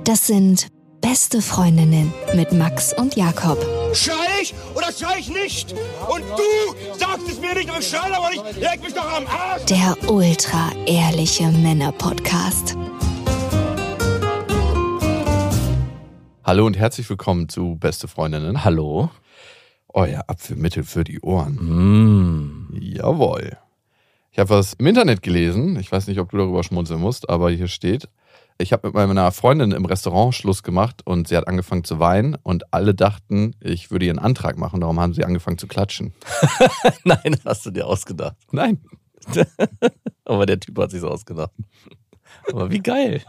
Das sind Beste Freundinnen mit Max und Jakob. Schrei ich oder schrei ich nicht? Und du sagst es mir nicht, aber ich schrei aber nicht. Leg mich doch am Arsch. Der ultra-ehrliche Männer-Podcast. Hallo und herzlich willkommen zu Beste Freundinnen. Hallo. Euer Apfelmittel für die Ohren. Jawohl. Ich habe was im Internet gelesen. Ich weiß nicht, ob du darüber schmunzeln musst, aber hier steht: Ich habe mit meiner Freundin im Restaurant Schluss gemacht und sie hat angefangen zu weinen und alle dachten, ich würde ihr einen Antrag machen. Darum haben sie angefangen zu klatschen. Nein, hast du dir ausgedacht. Nein. Aber der Typ hat sich's ausgedacht. Aber wie geil.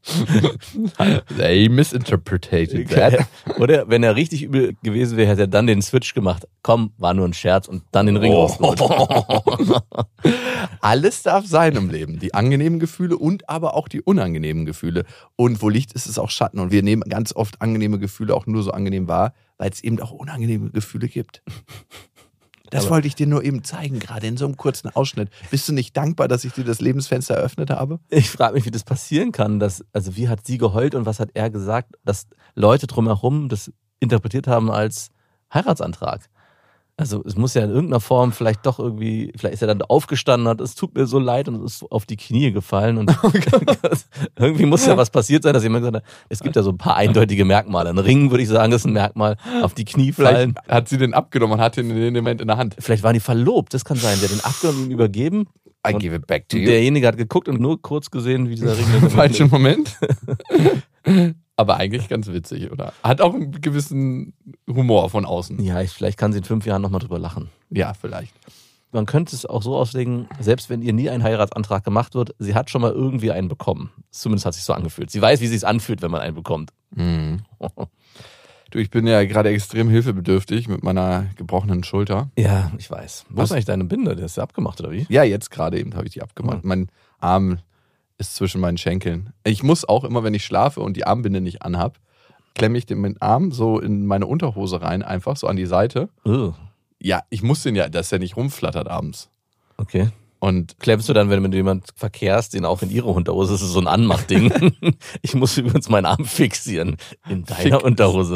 They misinterpreted that. Oder wenn er richtig übel gewesen wäre, hätte er dann den Switch gemacht. Komm, war nur ein Scherz und dann den Ring rausgeholt. Alles darf sein im Leben. Die angenehmen Gefühle und aber auch die unangenehmen Gefühle. Und wo Licht ist, ist auch Schatten. Und wir nehmen ganz oft angenehme Gefühle auch nur so angenehm wahr, weil es eben auch unangenehme Gefühle gibt. Das wollte ich dir nur eben zeigen, gerade in so einem kurzen Ausschnitt. Bist du nicht dankbar, dass ich dir das Lebensfenster eröffnet habe? Ich frage mich, wie das passieren kann. Also wie hat sie geheult und was hat er gesagt, dass Leute drumherum das interpretiert haben als Heiratsantrag? Also es muss ja in irgendeiner Form vielleicht doch irgendwie, vielleicht ist er dann aufgestanden, hat, es tut mir so leid und ist auf die Knie gefallen und irgendwie muss ja was passiert sein, dass jemand gesagt hat, es gibt ja so ein paar eindeutige Merkmale. Ein Ring, würde ich sagen, ist ein Merkmal, auf die Knie fallen. Vielleicht hat sie den abgenommen und hat ihn in dem Moment in der Hand. Vielleicht waren die verlobt, das kann sein. Der hat den abgenommen und ihn übergeben. I give it back to you. Derjenige hat geguckt und nur kurz gesehen, wie dieser Ring Im falschen Moment. Aber eigentlich ganz witzig, oder? Hat auch einen gewissen Humor von außen. Ja, vielleicht kann sie in 5 Jahren nochmal drüber lachen. Ja, vielleicht. Man könnte es auch so auslegen, selbst wenn ihr nie ein Heiratsantrag gemacht wird, sie hat schon mal irgendwie einen bekommen. Zumindest hat es sich so angefühlt. Sie weiß, wie es sich anfühlt, wenn man einen bekommt. Mhm. Du, ich bin ja gerade extrem hilfebedürftig mit meiner gebrochenen Schulter. Ja, ich weiß. Wo ist eigentlich deine Binde? Der ist ja abgemacht, oder wie? Ja, jetzt gerade eben habe ich die abgemacht. Mein Arm ist zwischen meinen Schenkeln. Ich muss auch immer, wenn ich schlafe und die Armbinde nicht anhab, klemme ich den Arm so in meine Unterhose rein, einfach so an die Seite. Ja, ich muss den ja, dass der nicht rumflattert abends. Okay. Und klemmst du dann, wenn du mit jemand verkehrst, den auch in ihre Unterhose? Das ist so ein Anmachding. Ich muss übrigens meinen Arm fixieren. In deiner Unterhose.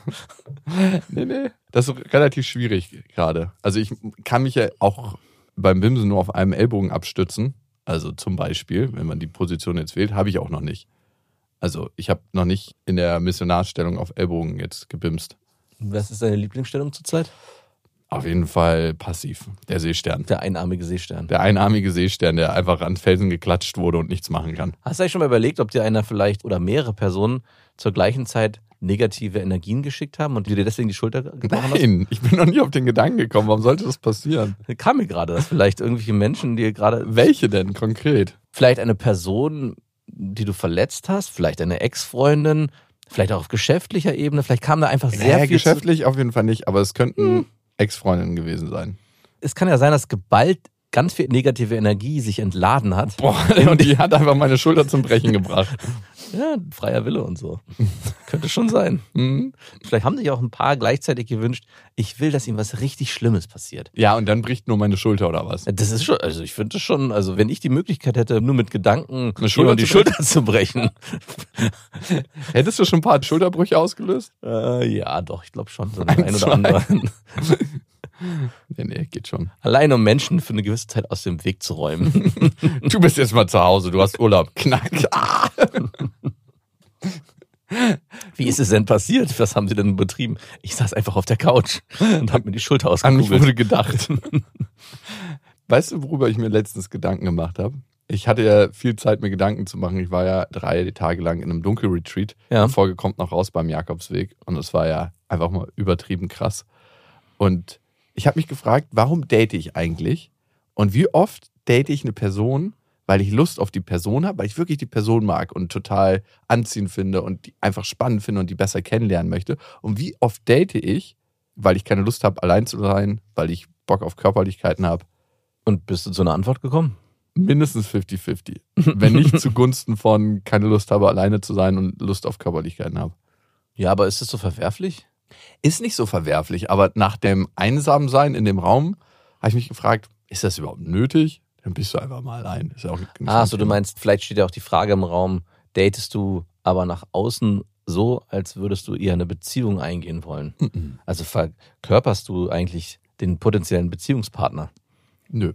Nee. Das ist relativ schwierig gerade. Also ich kann mich ja auch beim Bimsen nur auf einem Ellbogen abstützen. Also zum Beispiel, wenn man die Position jetzt wählt, habe ich auch noch nicht. Also ich habe noch nicht in der Missionarstellung auf Ellbogen jetzt gebimst. Was ist deine Lieblingsstellung zurzeit? Auf jeden Fall passiv. Der Seestern. Der einarmige Seestern. Der einarmige Seestern, der einfach an Felsen geklatscht wurde und nichts machen kann. Hast du eigentlich schon mal überlegt, ob dir einer vielleicht oder mehrere Personen zur gleichen Zeit negative Energien geschickt haben und du dir deswegen die Schulter gebrochen hast? Nein, ich bin noch nie auf den Gedanken gekommen. Warum sollte das passieren? Kam mir gerade, dass vielleicht irgendwelche Menschen dir gerade... Welche denn konkret? Vielleicht eine Person, die du verletzt hast, vielleicht eine Ex-Freundin, vielleicht auch auf geschäftlicher Ebene, vielleicht kam da einfach sehr viel... Geschäftlich auf jeden Fall nicht, aber es könnten Ex-Freundinnen gewesen sein. Es kann ja sein, dass geballt ganz viel negative Energie sich entladen hat. Boah, und die hat einfach meine Schulter zum Brechen gebracht. Ja, freier Wille und so. Könnte schon sein. Vielleicht haben sich auch ein paar gleichzeitig gewünscht, ich will, dass ihm was richtig Schlimmes passiert. Ja, und dann bricht nur meine Schulter oder was? Das ist schon, also ich finde das schon, also wenn ich die Möglichkeit hätte, nur mit Gedanken die Schulter zu brechen. Hättest du schon ein paar Schulterbrüche ausgelöst? Ja, doch, ich glaube schon. So ein oder anderen. Nee, geht schon. Allein um Menschen für eine gewisse Zeit aus dem Weg zu räumen. Du bist jetzt mal zu Hause, du hast Urlaub. Knack. Wie ist es denn passiert? Was haben sie denn betrieben? Ich saß einfach auf der Couch und habe mir die Schulter ausgekugelt. An mich wurde gedacht. Weißt du, worüber ich mir letztens Gedanken gemacht habe? Ich hatte ja viel Zeit, mir Gedanken zu machen. Ich war ja 3 Tage lang in einem Dunkelretreat. Ja. Die Folge kommt noch raus beim Jakobsweg. Und es war ja einfach mal übertrieben krass. Und ich habe mich gefragt, warum date ich eigentlich? Und wie oft date ich eine Person, weil ich Lust auf die Person habe, weil ich wirklich die Person mag und total anziehend finde und die einfach spannend finde und die besser kennenlernen möchte. Und wie oft date ich, weil ich keine Lust habe, allein zu sein, weil ich Bock auf Körperlichkeiten habe. Und bist du zu einer Antwort gekommen? Mindestens 50-50. Wenn nicht zugunsten von keine Lust habe, alleine zu sein und Lust auf Körperlichkeiten habe. Ja, aber ist das so verwerflich? Ist nicht so verwerflich, aber nach dem Einsamsein in dem Raum habe ich mich gefragt, ist das überhaupt nötig? Dann bist du einfach mal allein. Ist ja auch so du meinst, vielleicht steht ja auch die Frage im Raum, datest du aber nach außen so, als würdest du eher eine Beziehung eingehen wollen? Also verkörperst du eigentlich den potenziellen Beziehungspartner? Nö.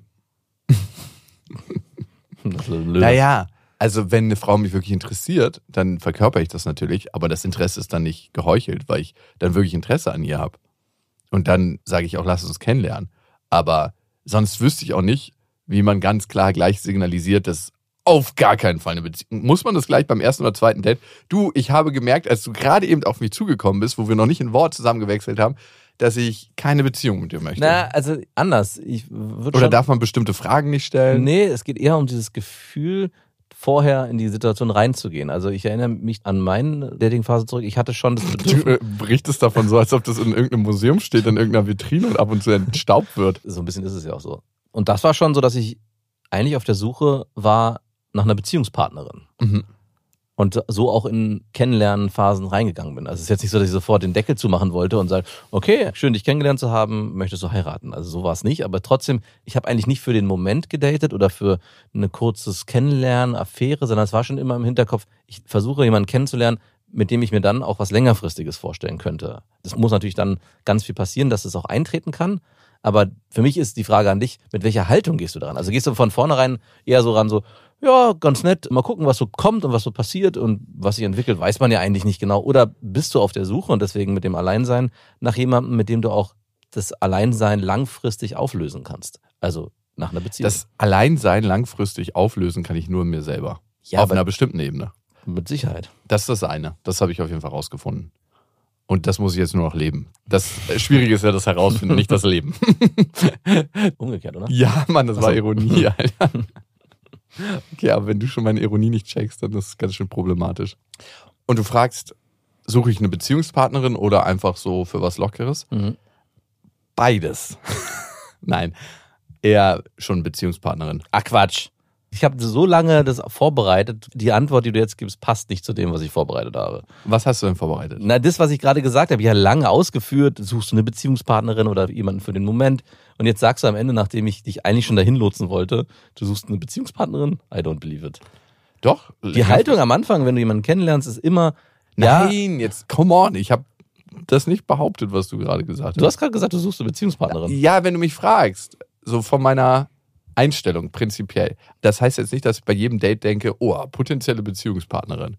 Naja, also wenn eine Frau mich wirklich interessiert, dann verkörper ich das natürlich, aber das Interesse ist dann nicht geheuchelt, weil ich dann wirklich Interesse an ihr habe. Und dann sage ich auch, lass uns kennenlernen. Aber sonst wüsste ich auch nicht, wie man ganz klar gleich signalisiert, dass auf gar keinen Fall eine Beziehung. Muss man das gleich beim ersten oder zweiten Date? Du, ich habe gemerkt, als du gerade eben auf mich zugekommen bist, wo wir noch nicht ein Wort zusammengewechselt haben, dass ich keine Beziehung mit dir möchte. Na, also anders. Oder darf man bestimmte Fragen nicht stellen? Nee, es geht eher um dieses Gefühl, vorher in die Situation reinzugehen. Also ich erinnere mich an meine Datingphase zurück. Ich hatte schon das Bedürfnis. Du berichtest davon so, als ob das in irgendeinem Museum steht, in irgendeiner Vitrine und ab und zu entstaubt wird. So ein bisschen ist es ja auch so. Und das war schon so, dass ich eigentlich auf der Suche war nach einer Beziehungspartnerin. Mhm. Und so auch in Kennenlernphasen reingegangen bin. Also es ist jetzt nicht so, dass ich sofort den Deckel zumachen wollte und sage, okay, schön dich kennengelernt zu haben, möchtest du heiraten? Also so war es nicht, aber trotzdem, ich habe eigentlich nicht für den Moment gedatet oder für eine kurzes Kennenlernen, Affäre, sondern es war schon immer im Hinterkopf, ich versuche jemanden kennenzulernen, mit dem ich mir dann auch was längerfristiges vorstellen könnte. Das muss natürlich dann ganz viel passieren, dass es auch eintreten kann. Aber für mich ist die Frage an dich, mit welcher Haltung gehst du daran? Also gehst du von vornherein eher so ran, so, ja, ganz nett, mal gucken, was so kommt und was so passiert und was sich entwickelt, weiß man ja eigentlich nicht genau. Oder bist du auf der Suche und deswegen mit dem Alleinsein nach jemandem, mit dem du auch das Alleinsein langfristig auflösen kannst? Also nach einer Beziehung. Das Alleinsein langfristig auflösen kann ich nur in mir selber. Ja, auf einer bestimmten Ebene. Mit Sicherheit. Das ist das eine. Das habe ich auf jeden Fall rausgefunden. Und das muss ich jetzt nur noch leben. Das Schwierige ist ja das Herausfinden, nicht das Leben. Umgekehrt, oder? Ja, Mann, das war Ironie, Alter. Okay, aber wenn du schon meine Ironie nicht checkst, dann ist es ganz schön problematisch. Und du fragst, suche ich eine Beziehungspartnerin oder einfach so für was Lockeres? Mhm. Beides. Nein, eher schon Beziehungspartnerin. Ach Quatsch. Ich habe so lange das vorbereitet. Die Antwort, die du jetzt gibst, passt nicht zu dem, was ich vorbereitet habe. Was hast du denn vorbereitet? Na, das, was ich gerade gesagt habe, ich habe lange ausgeführt. Suchst du eine Beziehungspartnerin oder jemanden für den Moment? Und jetzt sagst du am Ende, nachdem ich dich eigentlich schon dahin lotsen wollte, du suchst eine Beziehungspartnerin? I don't believe it. Doch. Die Haltung am Anfang, wenn du jemanden kennenlernst, ist immer... Nein, jetzt come on. Ich habe das nicht behauptet, was du gerade gesagt hast. Du hast gerade gesagt, du suchst eine Beziehungspartnerin. Ja, wenn du mich fragst, so von meiner Einstellung prinzipiell. Das heißt jetzt nicht, dass ich bei jedem Date denke, oh, potenzielle Beziehungspartnerin.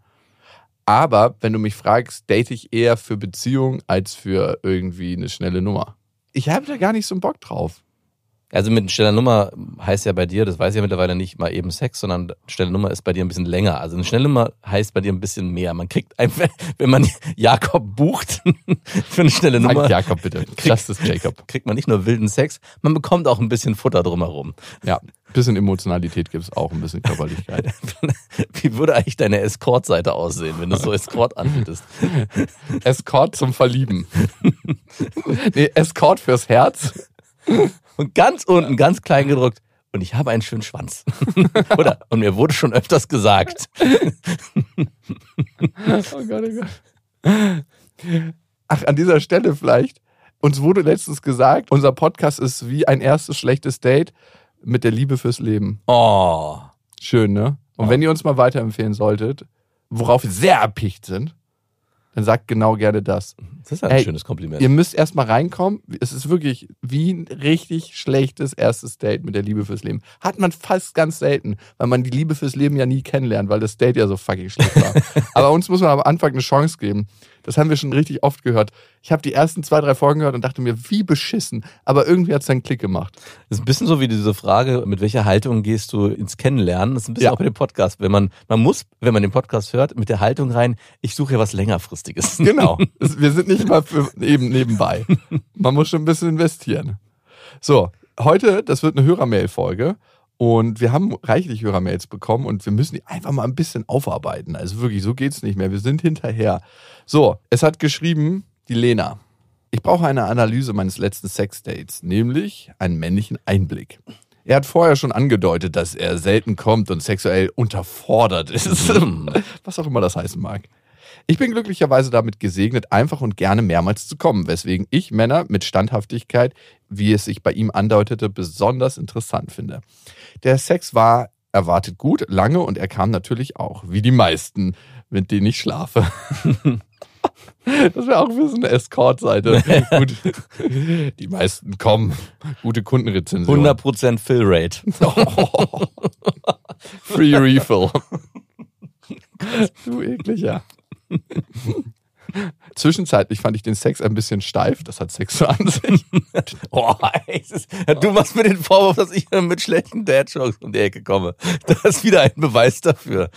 Aber wenn du mich fragst, date ich eher für Beziehung als für irgendwie eine schnelle Nummer. Ich habe da gar nicht so einen Bock drauf. Also mit schneller Nummer heißt ja bei dir, das weiß ich ja mittlerweile nicht mal eben Sex, sondern schnelle Nummer ist bei dir ein bisschen länger. Also eine schnelle Nummer heißt bei dir ein bisschen mehr. Man kriegt einfach, wenn man Jakob bucht für eine schnelle Nummer. Sag Jakob bitte, das ist Jakob. Kriegt man nicht nur wilden Sex, man bekommt auch ein bisschen Futter drumherum. Ja, ein bisschen Emotionalität gibt es auch, ein bisschen Körperlichkeit. Wie würde eigentlich deine Escort-Seite aussehen, wenn du so Escort anbietest? Escort zum Verlieben. Nee, Escort fürs Herz. Und ganz unten, ganz klein gedruckt, und ich habe einen schönen Schwanz. Oder? Und mir wurde schon öfters gesagt. Oh Gott, oh Gott. Ach, an dieser Stelle vielleicht. Uns wurde letztens gesagt, unser Podcast ist wie ein erstes schlechtes Date mit der Liebe fürs Leben. Oh. Schön, ne? Und wenn ihr uns mal weiterempfehlen solltet, worauf wir sehr erpicht sind, dann sagt genau gerne das. Das ist ein schönes Kompliment. Ihr müsst erstmal reinkommen. Es ist wirklich wie ein richtig schlechtes erstes Date mit der Liebe fürs Leben. Hat man fast ganz selten, weil man die Liebe fürs Leben ja nie kennenlernt, weil das Date ja so fucking schlecht war. Aber uns muss man am Anfang eine Chance geben. Das haben wir schon richtig oft gehört. Ich habe die ersten 2, 3 Folgen gehört und dachte mir, wie beschissen. Aber irgendwie hat es einen Klick gemacht. Das ist ein bisschen so wie diese Frage, mit welcher Haltung gehst du ins Kennenlernen? Das ist ein bisschen auch bei dem Podcast. Man muss, wenn man den Podcast hört, mit der Haltung rein, ich suche ja was längerfristiges. Genau. Wir sind nicht mal für eben nebenbei. Man muss schon ein bisschen investieren. So, heute, das wird eine Hörermail-Folge. Und wir haben reichlich Hörermails bekommen und wir müssen die einfach mal ein bisschen aufarbeiten. Also wirklich, so geht's nicht mehr. Wir sind hinterher. So, es hat geschrieben, die Lena. Ich brauche eine Analyse meines letzten Sexdates, nämlich einen männlichen Einblick. Er hat vorher schon angedeutet, dass er selten kommt und sexuell unterfordert ist. Was auch immer das heißen mag. Ich bin glücklicherweise damit gesegnet, einfach und gerne mehrmals zu kommen, weswegen ich Männer mit Standhaftigkeit, wie es sich bei ihm andeutete, besonders interessant finde. Der Sex war erwartet gut, lange und er kam natürlich auch, wie die meisten, mit denen ich schlafe. Das wäre auch für so eine Escort-Seite. Gut. Die meisten kommen. Gute Kundenrezension. 100% Fill-Rate. Oh. Free Refill. Du ekliger. Zwischenzeitlich fand ich den Sex ein bisschen steif. Das hat Sex so an sich. Du machst mir den Vorwurf, dass ich mit schlechten Dad-Jokes um die Ecke komme. Das ist wieder ein Beweis dafür.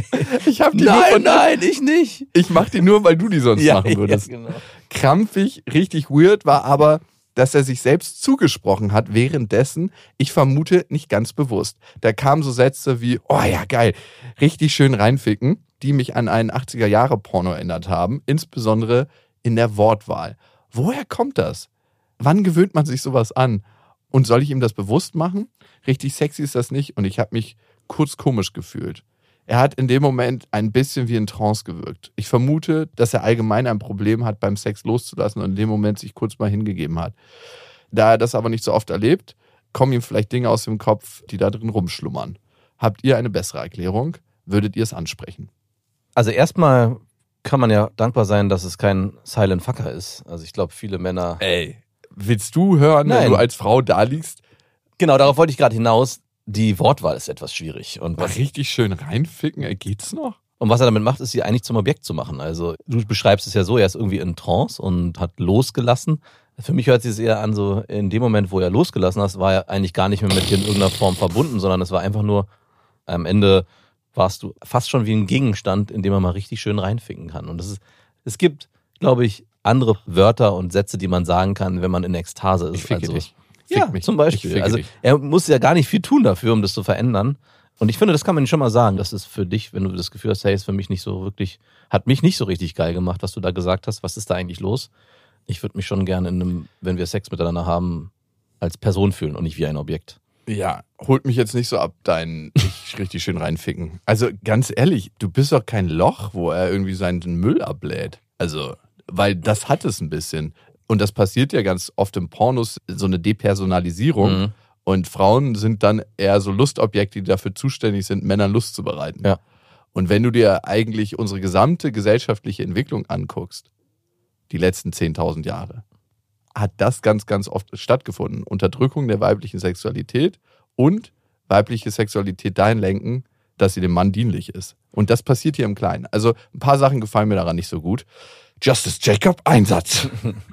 Ich hab die nein, ich nicht. Ich mach die nur, weil du die sonst machen würdest. Ja, genau. Krampfig, richtig weird war aber, dass er sich selbst zugesprochen hat währenddessen, ich vermute, nicht ganz bewusst. Da kamen so Sätze wie, oh ja, geil, richtig schön reinficken, die mich an einen 80er-Jahre-Porno erinnert haben, insbesondere in der Wortwahl. Woher kommt das? Wann gewöhnt man sich sowas an? Und soll ich ihm das bewusst machen? Richtig sexy ist das nicht und ich habe mich kurz komisch gefühlt. Er hat in dem Moment ein bisschen wie in Trance gewirkt. Ich vermute, dass er allgemein ein Problem hat, beim Sex loszulassen und in dem Moment sich kurz mal hingegeben hat. Da er das aber nicht so oft erlebt, kommen ihm vielleicht Dinge aus dem Kopf, die da drin rumschlummern. Habt ihr eine bessere Erklärung? Würdet ihr es ansprechen? Also erstmal kann man ja dankbar sein, dass es kein Silent Fucker ist. Also ich glaube, viele Männer... Ey, willst du hören, wenn du als Frau da liegst? Genau, darauf wollte ich gerade hinaus. Die Wortwahl ist etwas schwierig. Und richtig schön reinficken, geht's noch? Und was er damit macht, ist, sie eigentlich zum Objekt zu machen. Also du beschreibst es ja so, er ist irgendwie in Trance und hat losgelassen. Für mich hört sich es eher an, so in dem Moment, wo er losgelassen hat, war er eigentlich gar nicht mehr mit dir in irgendeiner Form verbunden, sondern es war einfach nur, am Ende warst du fast schon wie ein Gegenstand, in dem man mal richtig schön reinficken kann. Und es gibt, glaube ich, andere Wörter und Sätze, die man sagen kann, wenn man in Ekstase ist. Ich ficke dich. Ja, zum Beispiel. Also er muss ja gar nicht viel tun dafür, um das zu verändern. Und ich finde, das kann man schon mal sagen. Das ist für dich, wenn du das Gefühl hast, hey, ist für mich nicht so wirklich, hat mich nicht so richtig geil gemacht, was du da gesagt hast. Was ist da eigentlich los? Ich würde mich schon gerne wenn wir Sex miteinander haben, als Person fühlen und nicht wie ein Objekt. Ja, holt mich jetzt nicht so ab, dein richtig schön reinficken. Also ganz ehrlich, du bist doch kein Loch, wo er irgendwie seinen Müll ablädt. Also, weil das hat es ein bisschen. Und das passiert ja ganz oft im Pornos, so eine Depersonalisierung. Mhm. Und Frauen sind dann eher so Lustobjekte, die dafür zuständig sind, Männern Lust zu bereiten. Ja. Und wenn du dir eigentlich unsere gesamte gesellschaftliche Entwicklung anguckst, die letzten 10.000 Jahre, hat das ganz, ganz oft stattgefunden. Unterdrückung der weiblichen Sexualität und weibliche Sexualität dahin lenken, dass sie dem Mann dienlich ist. Und das passiert hier im Kleinen. Also ein paar Sachen gefallen mir daran nicht so gut. Justice Jacob, Einsatz.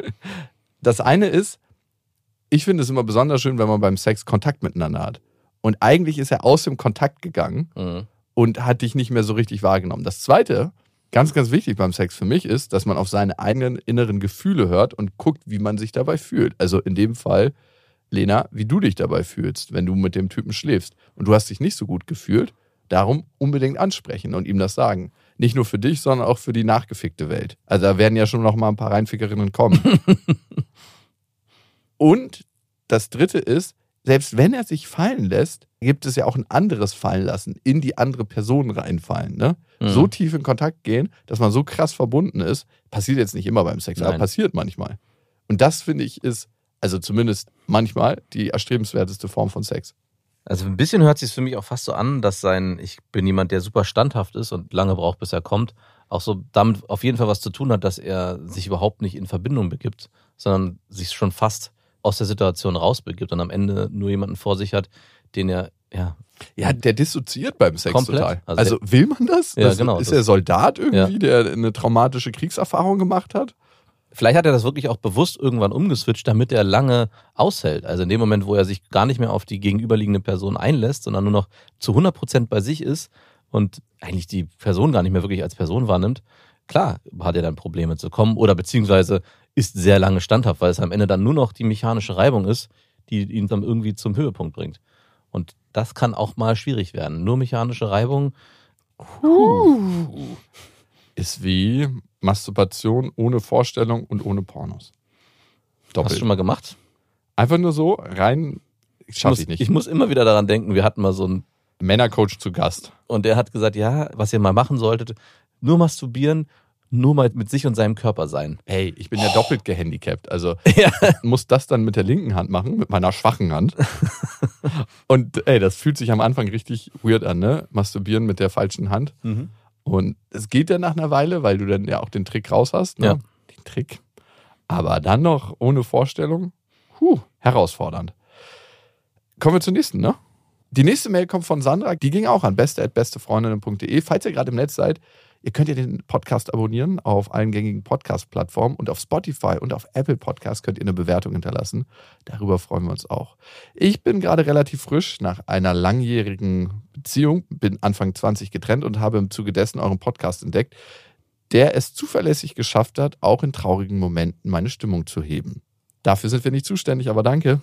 Das eine ist, ich finde es immer besonders schön, wenn man beim Sex Kontakt miteinander hat. Und eigentlich ist er aus dem Kontakt gegangen und hat dich nicht mehr so richtig wahrgenommen. Das zweite, ganz, ganz wichtig beim Sex für mich ist, dass man auf seine eigenen inneren Gefühle hört und guckt, wie man sich dabei fühlt. Also in dem Fall, Lena, wie du dich dabei fühlst, wenn du mit dem Typen schläfst. Und du hast dich nicht so gut gefühlt, darum unbedingt ansprechen und ihm das sagen. Nicht nur für dich, sondern auch für die nachgefickte Welt. Also da werden ja schon noch mal ein paar Reinfickerinnen kommen. Und das dritte ist, selbst wenn er sich fallen lässt, gibt es ja auch ein anderes Fallenlassen, in die andere Person reinfallen. Ne? Mhm. So tief in Kontakt gehen, dass man so krass verbunden ist, passiert jetzt nicht immer beim Sex, aber passiert manchmal. Und das, finde ich, ist, also zumindest manchmal, die erstrebenswerteste Form von Sex. Also ein bisschen hört sich es für mich auch fast so an, dass ich bin jemand, der super standhaft ist und lange braucht, bis er kommt, auch so damit auf jeden Fall was zu tun hat, dass er sich überhaupt nicht in Verbindung begibt, sondern sich schon fast aus der Situation rausbegibt und am Ende nur jemanden vor sich hat, den er, Ja, der dissoziiert beim Sex komplett. Total. Also will man das? Ja, genau. Ist er Soldat irgendwie, der eine traumatische Kriegserfahrung gemacht hat? Vielleicht hat er das wirklich auch bewusst irgendwann umgeswitcht, damit er lange aushält. Also in dem Moment, wo er sich gar nicht mehr auf die gegenüberliegende Person einlässt, sondern nur noch zu 100% bei sich ist und eigentlich die Person gar nicht mehr wirklich als Person wahrnimmt, klar hat er dann Probleme zu kommen oder beziehungsweise ist sehr lange standhaft, weil es am Ende dann nur noch die mechanische Reibung ist, die ihn dann irgendwie zum Höhepunkt bringt. Und das kann auch mal schwierig werden. Nur mechanische Reibung ist wie Masturbation ohne Vorstellung und ohne Pornos. Doppelt. Hast du schon mal gemacht? Einfach nur so rein, schaffe ich nicht. Ich muss immer wieder daran denken, wir hatten mal so einen Männercoach zu Gast. Und der hat gesagt, ja, was ihr mal machen solltet, nur masturbieren, nur mal mit sich und seinem Körper sein. Hey, ich bin ja doppelt gehandicapt. Also muss das dann mit der linken Hand machen, mit meiner schwachen Hand. Und das fühlt sich am Anfang richtig weird an, ne? Masturbieren mit der falschen Hand. Mhm. Und es geht dann nach einer Weile, weil du dann ja auch den Trick raus hast. Ne? Ja. Den Trick. Aber dann noch ohne Vorstellung, herausfordernd. Kommen wir zur nächsten, ne? Die nächste Mail kommt von Sandra, die ging auch an beste@bestefreundinnen.de. Falls ihr gerade im Netz seid, ihr könnt ja den Podcast abonnieren auf allen gängigen Podcast-Plattformen und auf Spotify und auf Apple Podcasts könnt ihr eine Bewertung hinterlassen. Darüber freuen wir uns auch. Ich bin gerade relativ frisch nach einer langjährigen Beziehung, bin Anfang 20 getrennt und habe im Zuge dessen euren Podcast entdeckt, der es zuverlässig geschafft hat, auch in traurigen Momenten meine Stimmung zu heben. Dafür sind wir nicht zuständig, aber danke.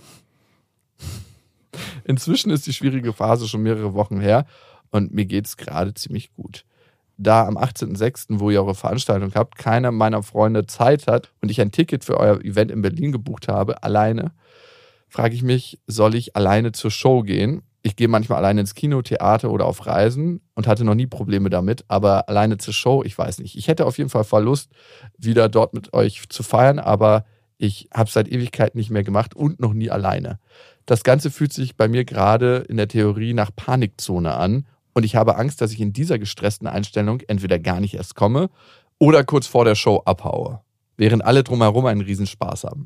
Inzwischen ist die schwierige Phase schon mehrere Wochen her und mir geht es gerade ziemlich gut. Da am 18.06., wo ihr eure Veranstaltung habt, keiner meiner Freunde Zeit hat und ich ein Ticket für euer Event in Berlin gebucht habe, alleine, frage ich mich, soll ich alleine zur Show gehen? Ich gehe manchmal alleine ins Kino, Theater oder auf Reisen und hatte noch nie Probleme damit, aber alleine zur Show, ich weiß nicht. Ich hätte auf jeden Fall voll Lust, wieder dort mit euch zu feiern, aber ich habe es seit Ewigkeiten nicht mehr gemacht und noch nie alleine. Das Ganze fühlt sich bei mir gerade in der Theorie nach Panikzone an und ich habe Angst, dass ich in dieser gestressten Einstellung entweder gar nicht erst komme oder kurz vor der Show abhaue, während alle drumherum einen Riesenspaß haben.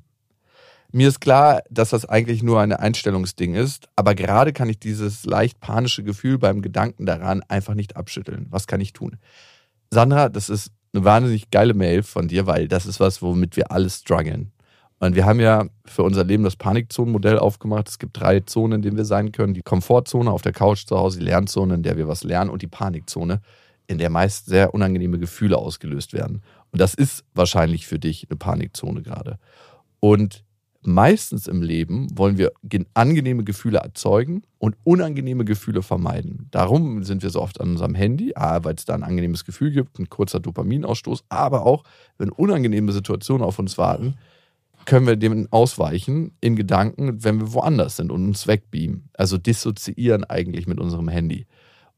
Mir ist klar, dass das eigentlich nur ein Einstellungsding ist, aber gerade kann ich dieses leicht panische Gefühl beim Gedanken daran einfach nicht abschütteln. Was kann ich tun? Sandra, das ist eine wahnsinnig geile Mail von dir, weil das ist was, womit wir alle strugglen. Und wir haben ja für unser Leben das Panikzonenmodell aufgemacht. Es gibt 3 Zonen, in denen wir sein können. Die Komfortzone auf der Couch zu Hause, die Lernzone, in der wir was lernen und die Panikzone, in der meist sehr unangenehme Gefühle ausgelöst werden. Und das ist wahrscheinlich für dich eine Panikzone gerade. Und meistens im Leben wollen wir angenehme Gefühle erzeugen und unangenehme Gefühle vermeiden. Darum sind wir so oft an unserem Handy, weil es da ein angenehmes Gefühl gibt, ein kurzer Dopaminausstoß, aber auch, wenn unangenehme Situationen auf uns warten, können wir dem ausweichen in Gedanken, wenn wir woanders sind und uns wegbeamen. Also dissoziieren eigentlich mit unserem Handy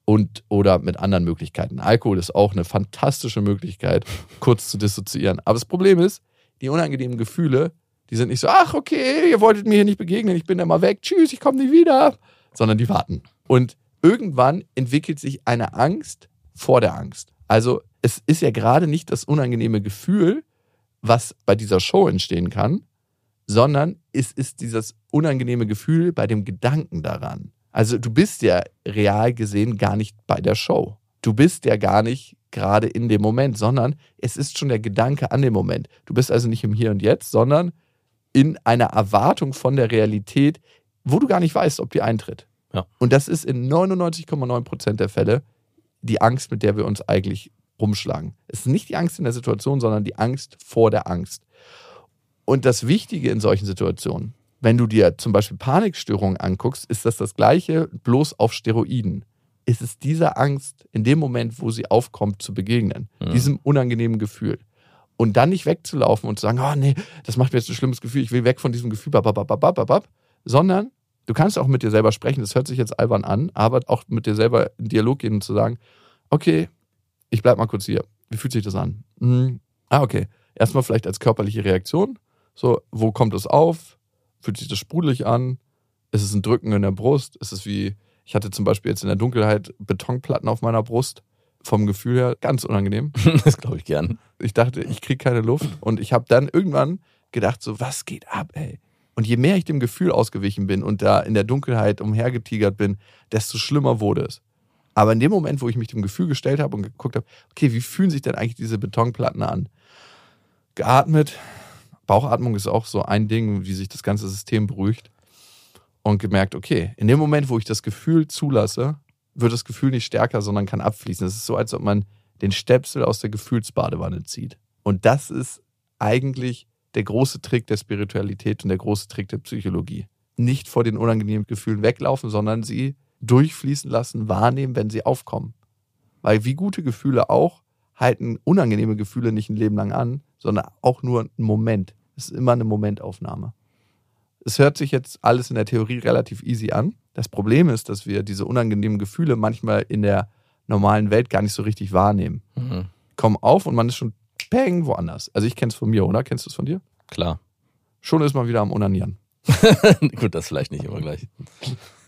oder mit anderen Möglichkeiten. Alkohol ist auch eine fantastische Möglichkeit, kurz zu dissoziieren. Aber das Problem ist, die unangenehmen Gefühle, die sind nicht so, ach okay, ihr wolltet mir hier nicht begegnen, ich bin dann mal weg, tschüss, ich komme nie wieder, sondern die warten. Und irgendwann entwickelt sich eine Angst vor der Angst. Also es ist ja gerade nicht das unangenehme Gefühl, was bei dieser Show entstehen kann, sondern es ist dieses unangenehme Gefühl bei dem Gedanken daran. Also du bist ja real gesehen gar nicht bei der Show. Du bist ja gar nicht gerade in dem Moment, sondern es ist schon der Gedanke an dem Moment. Du bist also nicht im Hier und Jetzt, sondern in einer Erwartung von der Realität, wo du gar nicht weißt, ob die eintritt. Ja. Und das ist in 99,9% der Fälle die Angst, mit der wir uns eigentlich rumschlagen. Es ist nicht die Angst in der Situation, sondern die Angst vor der Angst. Und das Wichtige in solchen Situationen, wenn du dir zum Beispiel Panikstörungen anguckst, ist das Gleiche, bloß auf Steroiden. Es ist dieser Angst in dem Moment, wo sie aufkommt, zu begegnen. Diesem unangenehmen Gefühl. Und dann nicht wegzulaufen und zu sagen, oh nee, das macht mir jetzt ein schlimmes Gefühl, ich will weg von diesem Gefühl, sondern du kannst auch mit dir selber sprechen, das hört sich jetzt albern an, aber auch mit dir selber in Dialog gehen und zu sagen, okay, ich bleib mal kurz hier. Wie fühlt sich das an? Okay. Erstmal vielleicht als körperliche Reaktion. So, wo kommt es auf? Fühlt sich das sprudelig an? Ist es ein Drücken in der Brust? Ist es wie, ich hatte zum Beispiel jetzt in der Dunkelheit Betonplatten auf meiner Brust. Vom Gefühl her ganz unangenehm. Das glaube ich gern. Ich dachte, ich kriege keine Luft. Und ich habe dann irgendwann gedacht, so, was geht ab, ey? Und je mehr ich dem Gefühl ausgewichen bin und da in der Dunkelheit umhergetigert bin, desto schlimmer wurde es. Aber in dem Moment, wo ich mich dem Gefühl gestellt habe und geguckt habe, okay, wie fühlen sich denn eigentlich diese Betonplatten an? Geatmet. Bauchatmung ist auch so ein Ding, wie sich das ganze System beruhigt. Und gemerkt, okay, in dem Moment, wo ich das Gefühl zulasse, wird das Gefühl nicht stärker, sondern kann abfließen. Es ist so, als ob man den Stöpsel aus der Gefühlsbadewanne zieht. Und das ist eigentlich der große Trick der Spiritualität und der große Trick der Psychologie. Nicht vor den unangenehmen Gefühlen weglaufen, sondern sie durchfließen lassen, wahrnehmen, wenn sie aufkommen. Weil wie gute Gefühle auch, halten unangenehme Gefühle nicht ein Leben lang an, sondern auch nur einen Moment. Es ist immer eine Momentaufnahme. Es hört sich jetzt alles in der Theorie relativ easy an. Das Problem ist, dass wir diese unangenehmen Gefühle manchmal in der normalen Welt gar nicht so richtig wahrnehmen. Kommen auf und man ist schon peng woanders. Also ich kenne es von mir, oder? Kennst du es von dir? Klar. Schon ist man wieder am Onanieren. Gut, das vielleicht nicht immer gleich.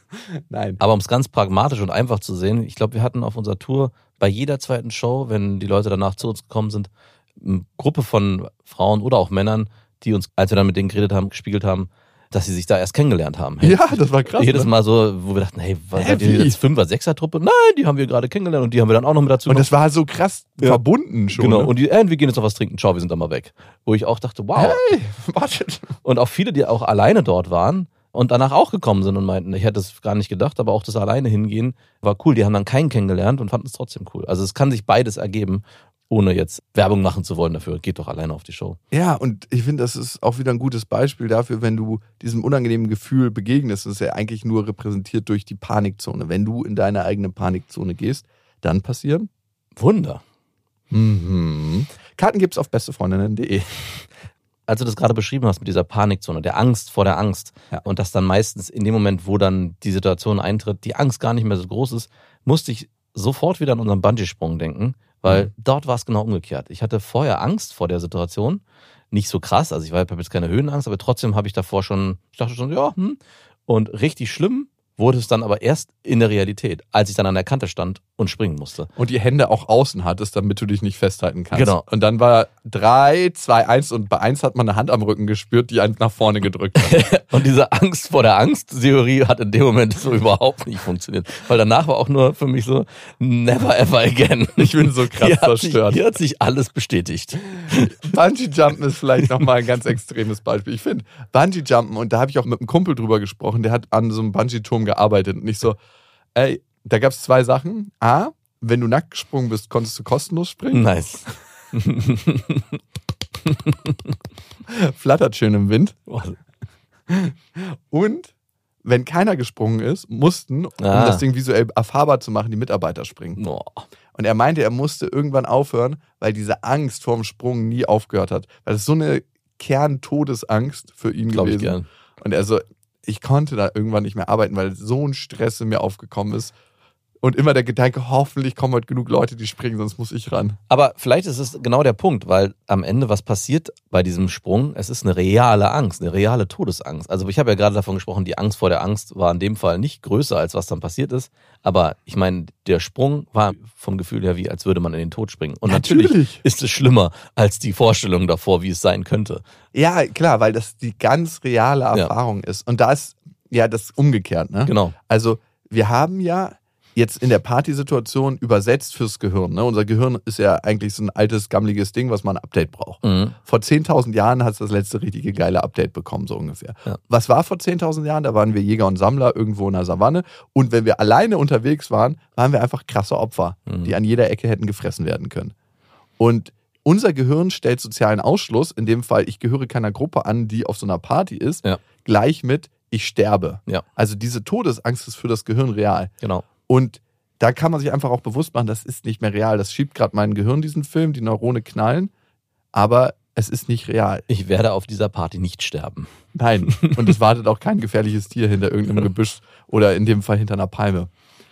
Nein. Aber um es ganz pragmatisch und einfach zu sehen, ich glaube, wir hatten auf unserer Tour bei jeder zweiten Show, wenn die Leute danach zu uns gekommen sind, eine Gruppe von Frauen oder auch Männern, die uns, als wir dann mit denen geredet haben, gespiegelt haben, dass sie sich da erst kennengelernt haben. Hey, Ja, das war krass. jedes Ne? Mal so, wo wir dachten, hey, was seid ihr wie? jetzt 5er, 6er Truppe? Nein, die haben wir gerade kennengelernt und die haben wir dann auch noch mit dazu Und genommen. das war so krass verbunden schon. Genau, Ne? und die, wir gehen jetzt noch was trinken, ciao, wir sind dann mal weg. Wo ich auch dachte, wow. Hey, wartet. Und auch viele, die auch alleine dort waren und danach auch gekommen sind und meinten, ich hätte es gar nicht gedacht, aber auch das alleine hingehen war cool. Die haben dann keinen kennengelernt und fanden es trotzdem cool. Also es kann sich beides ergeben, ohne jetzt Werbung machen zu wollen dafür. Geht doch alleine auf die Show. Ja, und ich finde, das ist auch wieder ein gutes Beispiel dafür, wenn du diesem unangenehmen Gefühl begegnest. Das ist ja eigentlich nur repräsentiert durch die Panikzone. Wenn du in deine eigene Panikzone gehst, dann passieren Wunder. Karten gibt's auf bestefreundinnen.de. Als du das gerade beschrieben hast mit dieser Panikzone, der Angst vor der Angst Ja. und dass dann meistens in dem Moment, wo dann die Situation eintritt, die Angst gar nicht mehr so groß ist, musste ich sofort wieder an unseren Bungee-Sprung denken, weil dort war es genau umgekehrt. Ich hatte vorher Angst vor der Situation, nicht so krass, also ich habe jetzt keine Höhenangst, aber trotzdem habe ich davor schon, ich dachte schon, ja, und richtig schlimm wurde es dann aber erst in der Realität, als ich dann an der Kante stand und springen musste. Und die Hände auch außen hattest, damit du dich nicht festhalten kannst. Genau. Und dann war 3, 2, 1 und bei 1 hat man eine Hand am Rücken gespürt, die einen nach vorne gedrückt hat. Und diese Angst vor der Angst-Theorie hat in dem Moment so überhaupt nicht funktioniert. Weil danach war auch nur für mich so, never ever again. Ich bin so krass zerstört. Hier hat sich alles bestätigt. Bungee-Jumpen ist vielleicht nochmal ein ganz extremes Beispiel. Ich finde, Bungee-Jumpen, und da habe ich auch mit einem Kumpel drüber gesprochen, der hat an so einem Bungee-Turm gearbeitet und nicht so, ey, da gab es 2 Sachen. A, wenn du nackt gesprungen bist, konntest du kostenlos springen. Nice. Flattert schön im Wind. Und wenn keiner gesprungen ist, mussten, um das Ding visuell erfahrbar zu machen, die Mitarbeiter springen. Oh. Und er meinte, er musste irgendwann aufhören, weil diese Angst vorm Sprung nie aufgehört hat. Weil das so eine Kern-Todesangst für ihn Glaub ich gewesen. gern. Und er so, ich konnte da irgendwann nicht mehr arbeiten, weil so ein Stress in mir aufgekommen ist. Und immer der Gedanke, hoffentlich kommen heute genug Leute, die springen, sonst muss ich ran. Aber vielleicht ist es genau der Punkt, weil am Ende, was passiert bei diesem Sprung? Es ist eine reale Angst, eine reale Todesangst. Also ich habe ja gerade davon gesprochen, die Angst vor der Angst war in dem Fall nicht größer, als was dann passiert ist. Aber ich meine, der Sprung war vom Gefühl her wie, als würde man in den Tod springen. Und natürlich ist es schlimmer als die Vorstellung davor, wie es sein könnte. Ja, klar, weil das die ganz reale Erfahrung ist. Und da ist ja das umgekehrt, ne? Genau. Also wir haben ja jetzt in der Partysituation übersetzt fürs Gehirn. Ne? Unser Gehirn ist ja eigentlich so ein altes, gammeliges Ding, was man ein Update braucht. Mhm. Vor 10.000 Jahren hat es das letzte richtige geile Update bekommen, so ungefähr. Ja. Was war vor 10.000 Jahren? Da waren wir Jäger und Sammler irgendwo in der Savanne. Und wenn wir alleine unterwegs waren, waren wir einfach krasse Opfer, die an jeder Ecke hätten gefressen werden können. Und unser Gehirn stellt sozialen Ausschluss, in dem Fall, ich gehöre keiner Gruppe an, die auf so einer Party ist, gleich mit, ich sterbe. Ja. Also diese Todesangst ist für das Gehirn real. Genau. Und da kann man sich einfach auch bewusst machen, das ist nicht mehr real. Das schiebt gerade mein Gehirn, diesen Film, die Neurone knallen, aber es ist nicht real. Ich werde auf dieser Party nicht sterben. Nein. Und es wartet auch kein gefährliches Tier hinter irgendeinem Gebüsch oder in dem Fall hinter einer Palme.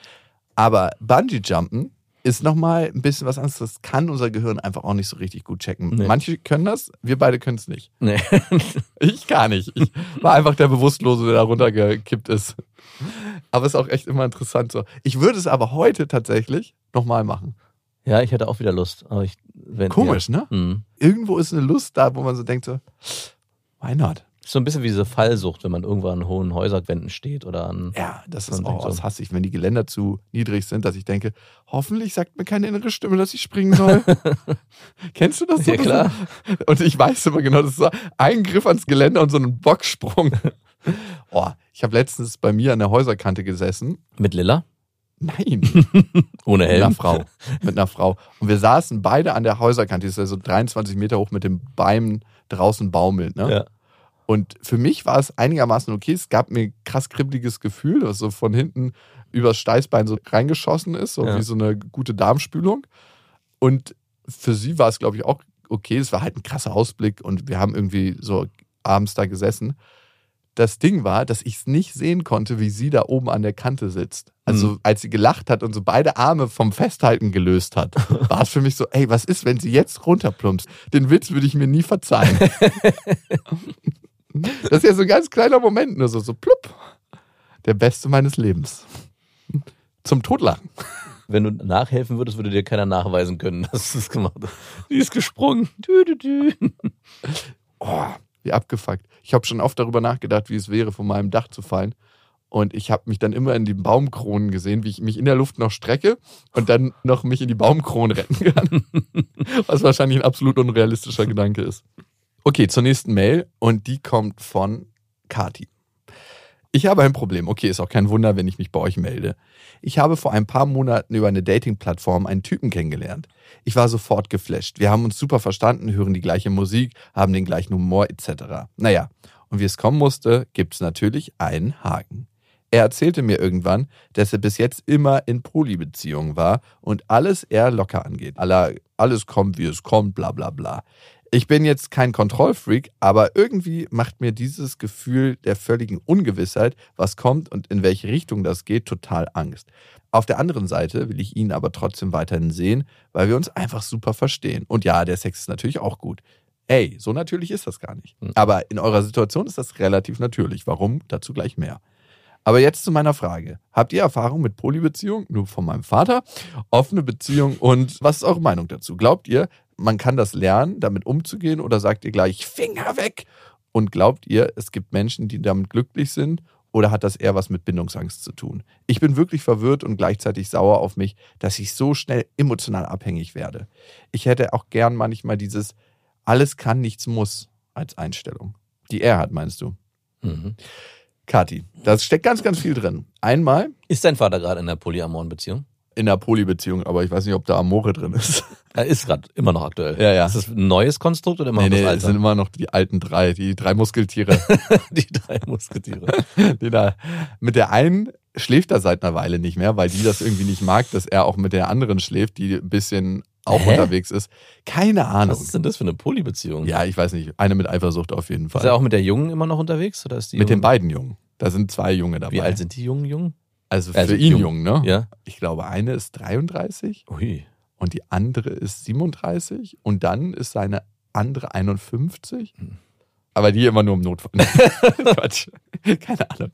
Aber Bungee-Jumpen ist nochmal ein bisschen was anderes. Das kann unser Gehirn einfach auch nicht so richtig gut checken. Nee. Manche können das, wir beide können es nicht. Nee. Ich gar nicht. Ich war einfach der Bewusstlose, der da runtergekippt ist. Aber es ist auch echt immer interessant so. Ich würde es aber heute tatsächlich nochmal machen. Ja, ich hätte auch wieder Lust. Aber Komisch, ne? Mhm. Irgendwo ist eine Lust da, wo man so denkt so, why not? So ein bisschen wie diese Fallsucht, wenn man irgendwann an hohen Häuserwänden steht oder an... Ja, das ist Man auch, denkt so. das hasse ich, wenn die Geländer zu niedrig sind, dass ich denke, hoffentlich sagt mir keine innere Stimme, dass ich springen soll. Kennst du das so? Ja, klar. Und ich weiß immer genau, das ist so ein Griff ans Geländer und so ein Bocksprung. Oh, ich habe letztens bei mir an der Häuserkante gesessen. Mit Lilla? Nein, Ohne mit einer Helm? Frau. Mit einer Frau. Und wir saßen beide an der Häuserkante, die ist ja so 23 Meter hoch mit dem Bein draußen baumelt. Ne? Ja. Und für mich war es einigermaßen okay. Es gab mir ein krass kribbeliges Gefühl, das so von hinten übers Steißbein so reingeschossen ist, so wie so eine gute Darmspülung. Und für sie war es, glaube ich, auch okay. Es war halt ein krasser Ausblick und wir haben irgendwie so abends da gesessen. Das Ding war, dass ich es nicht sehen konnte, wie sie da oben an der Kante sitzt. Also als sie gelacht hat und so beide Arme vom Festhalten gelöst hat, war es für mich so, ey, was ist, wenn sie jetzt runterplumpst? Den Witz würde ich mir nie verzeihen. Das ist ja so ein ganz kleiner Moment, nur so plupp. der Beste meines Lebens. Zum Totlachen. Wenn du nachhelfen würdest, würde dir keiner nachweisen können, dass du es gemacht hast. Die ist gesprungen. Oh, wie abgefuckt. Ich habe schon oft darüber nachgedacht, wie es wäre, von meinem Dach zu fallen. Und ich habe mich dann immer in die Baumkronen gesehen, wie ich mich in der Luft noch strecke und dann noch mich in die Baumkronen retten kann. Was wahrscheinlich ein absolut unrealistischer Gedanke ist. Okay, zur nächsten Mail. Und die kommt von Kati. Ich habe ein Problem. Okay, ist auch kein Wunder, wenn ich mich bei euch melde. Ich habe vor ein paar Monaten über eine Dating-Plattform einen Typen kennengelernt. Ich war sofort geflasht. Wir haben uns super verstanden, hören die gleiche Musik, haben den gleichen Humor etc. Naja, und wie es kommen musste, gibt es natürlich einen Haken. Er erzählte mir irgendwann, dass er bis jetzt immer in Polybeziehungen war und alles eher locker angeht. Alles kommt, wie es kommt, bla bla bla. Ich bin jetzt kein Kontrollfreak, aber irgendwie macht mir dieses Gefühl der völligen Ungewissheit, was kommt und in welche Richtung das geht, total Angst. Auf der anderen Seite will ich ihn aber trotzdem weiterhin sehen, weil wir uns einfach super verstehen. Und ja, der Sex ist natürlich auch gut. Ey, so natürlich ist das gar nicht. Aber in eurer Situation ist das relativ natürlich. Warum? Dazu gleich mehr. Aber jetzt zu meiner Frage. Habt ihr Erfahrung mit Polybeziehungen? Nur von meinem Vater. Offene Beziehungen und was ist eure Meinung dazu? Glaubt ihr, man kann das lernen, damit umzugehen, oder sagt ihr gleich Finger weg? Und glaubt ihr, es gibt Menschen, die damit glücklich sind, oder hat das eher was mit Bindungsangst zu tun? Ich bin wirklich verwirrt und gleichzeitig sauer auf mich, dass ich so schnell emotional abhängig werde. Ich hätte auch gern manchmal dieses Alles kann, nichts muss als Einstellung. Die er hat, meinst du? Mhm. Kathi, da steckt ganz, ganz viel drin. Einmal Ist dein Vater gerade in einer polyamoren Beziehung? in einer Polybeziehung, aber ich weiß nicht, ob da Amore drin ist. Er ist gerade immer noch aktuell. Ja, ja. Ist das ein neues Konstrukt oder immer noch Nee, das es alte? sind immer noch die alten die drei Muskeltiere. Die 3 Musketiere. Mit der einen schläft er seit einer Weile nicht mehr, weil die das irgendwie nicht mag, dass er auch mit der anderen schläft, die ein bisschen auch unterwegs ist. Keine Ahnung. Was ist denn das für eine Polybeziehung? Ja, ich weiß nicht. Eine mit Eifersucht auf jeden Fall. Ist er auch mit der Jungen immer noch unterwegs? Oder ist die mit den Jungen- beiden Jungen. Da sind 2 Junge dabei. Wie alt sind die Jungen? Also für Also ihn jung. jung, ne? Ja. Ich glaube, eine ist 33 Ui. und die andere ist 37 und dann ist seine andere 51. Aber die immer nur im Notfall. Quatsch. Keine Ahnung.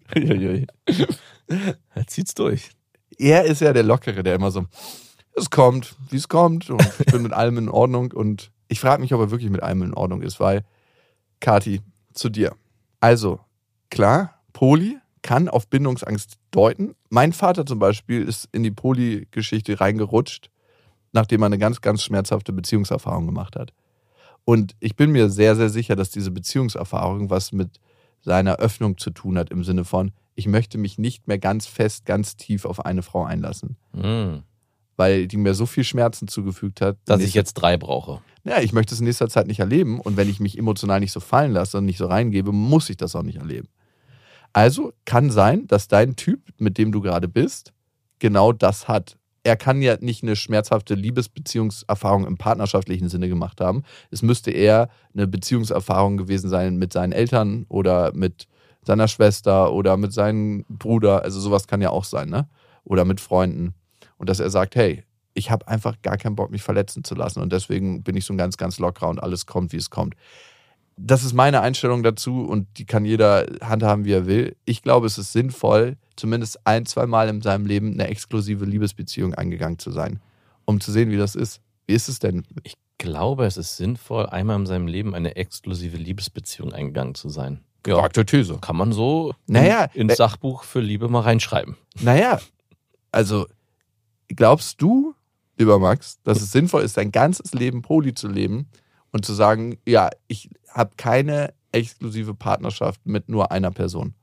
Er zieht's durch. Er ist ja der Lockere, der immer so, es kommt, wie es kommt und ich bin mit allem in Ordnung. Und ich frage mich, ob er wirklich mit allem in Ordnung ist, weil, Kathi, zu dir. Also, klar, Poly kann auf Bindungsangst deuten. Mein Vater zum Beispiel ist in die Poly-Geschichte reingerutscht, nachdem er eine ganz, ganz schmerzhafte Beziehungserfahrung gemacht hat. Und ich bin mir sehr, sehr sicher, dass diese Beziehungserfahrung was mit seiner Öffnung zu tun hat, im Sinne von, ich möchte mich nicht mehr ganz fest, ganz tief auf eine Frau einlassen. Weil die mir so viel Schmerzen zugefügt hat. Dass ich jetzt 3 brauche. Ja, ich möchte es in nächster Zeit nicht erleben. Und wenn ich mich emotional nicht so fallen lasse und nicht so reingebe, muss ich das auch nicht erleben. Also kann sein, dass dein Typ, mit dem du gerade bist, genau das hat. Er kann ja nicht eine schmerzhafte Liebesbeziehungserfahrung im partnerschaftlichen Sinne gemacht haben. Es müsste eher eine Beziehungserfahrung gewesen sein mit seinen Eltern oder mit seiner Schwester oder mit seinem Bruder. Also sowas kann ja auch sein, ne? Oder mit Freunden. Und dass er sagt, hey, ich habe einfach gar keinen Bock, mich verletzen zu lassen. Und deswegen bin ich so ein ganz, ganz lockerer und alles kommt, wie es kommt. Das ist meine Einstellung dazu und die kann jeder handhaben, wie er will. Ich glaube, es ist sinnvoll, zumindest 1-2 Mal in seinem Leben eine exklusive Liebesbeziehung eingegangen zu sein, um zu sehen, wie das ist. Wie ist es denn? Ich glaube, es ist sinnvoll, einmal in seinem Leben eine exklusive Liebesbeziehung eingegangen zu sein. Ja, Gewagte These. kann man so äh, ins Sachbuch für Liebe mal reinschreiben. Naja, also glaubst du, lieber Max, dass es sinnvoll ist, dein ganzes Leben Poly zu leben und zu sagen, ja, ich habe keine exklusive Partnerschaft mit nur einer Person?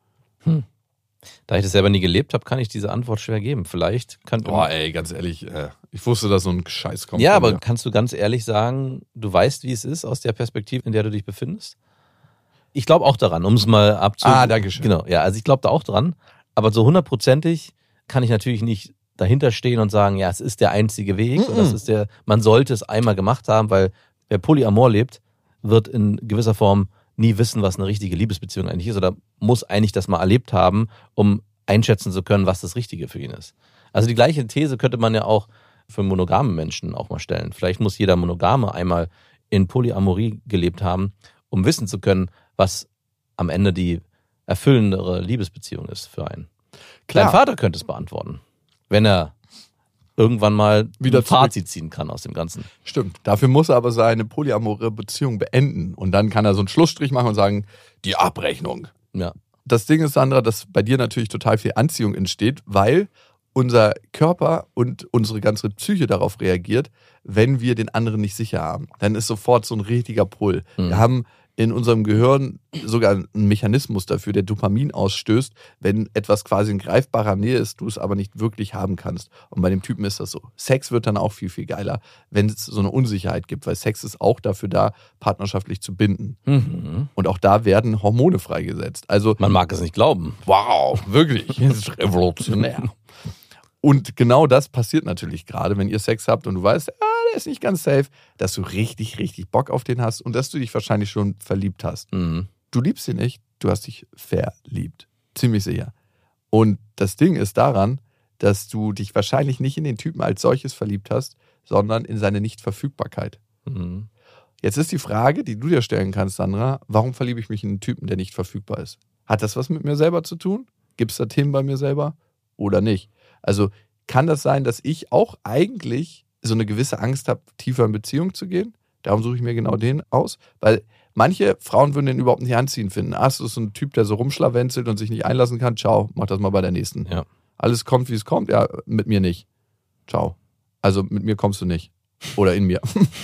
Da ich das selber nie gelebt habe, kann ich diese Antwort schwer geben. Vielleicht kann Boah, ey, ganz ehrlich, ich wusste, dass so ein Scheiß kommt. Ja, von aber mir. kannst du ganz ehrlich sagen, du weißt, wie es ist aus der Perspektive, in der du dich befindest? Ich glaube auch daran, um es mal danke schön. Genau, ja, also ich glaube da auch dran, aber so 100%ig kann ich natürlich nicht dahinter stehen und sagen, ja, es ist der einzige Weg und das ist man sollte es einmal gemacht haben, weil wer Polyamor lebt, wird in gewisser Form nie wissen, was eine richtige Liebesbeziehung eigentlich ist oder muss eigentlich das mal erlebt haben, um einschätzen zu können, was das Richtige für ihn ist. Also die gleiche These könnte man ja auch für monogame Menschen auch mal stellen. Vielleicht muss jeder Monogame einmal in Polyamorie gelebt haben, um wissen zu können, was am Ende die erfüllendere Liebesbeziehung ist für einen. Klar. Dein Vater könnte es beantworten, wenn er irgendwann mal wieder ein Fazit ziehen kann aus dem Ganzen. Stimmt. Dafür muss er aber seine polyamore Beziehung beenden. Und dann kann er so einen Schlussstrich machen und sagen, die Abrechnung. Ja. Das Ding ist, Sandra, dass bei dir natürlich total viel Anziehung entsteht, weil unser Körper und unsere ganze Psyche darauf reagiert, wenn wir den anderen nicht sicher haben. Dann ist sofort so ein richtiger Pull. Wir haben in unserem Gehirn sogar einen Mechanismus dafür, der Dopamin ausstößt, wenn etwas quasi in greifbarer Nähe ist, du es aber nicht wirklich haben kannst. Und bei dem Typen ist das so. Sex wird dann auch viel, viel geiler, wenn es so eine Unsicherheit gibt, weil Sex ist auch dafür da, partnerschaftlich zu binden. Und auch da werden Hormone freigesetzt. Also Man mag es nicht glauben. wow, wirklich, das ist revolutionär. Und genau das passiert natürlich gerade, wenn ihr Sex habt und du weißt, der ist nicht ganz safe, dass du richtig, richtig Bock auf den hast und dass du dich wahrscheinlich schon verliebt hast. Mhm. Du liebst ihn nicht, du hast dich verliebt. Ziemlich sicher. Und das Ding ist daran, dass du dich wahrscheinlich nicht in den Typen als solches verliebt hast, sondern in seine Nichtverfügbarkeit. Mhm. Jetzt ist die Frage, die du dir stellen kannst, Sandra, warum verliebe ich mich in einen Typen, der nicht verfügbar ist? Hat das was mit mir selber zu tun? Gibt es da Themen bei mir selber oder nicht? Also kann das sein, dass ich auch eigentlich so eine gewisse Angst habe, tiefer in Beziehung zu gehen? Darum suche ich mir genau den aus. Weil manche Frauen würden den überhaupt nicht anziehend finden. Das ist so ein Typ, der so rumschlawenzelt und sich nicht einlassen kann. Ciao, mach das mal bei der nächsten. Ja. Alles kommt, wie es kommt. Ja, mit mir nicht. Ciao. Also mit mir kommst du nicht. Oder in mir.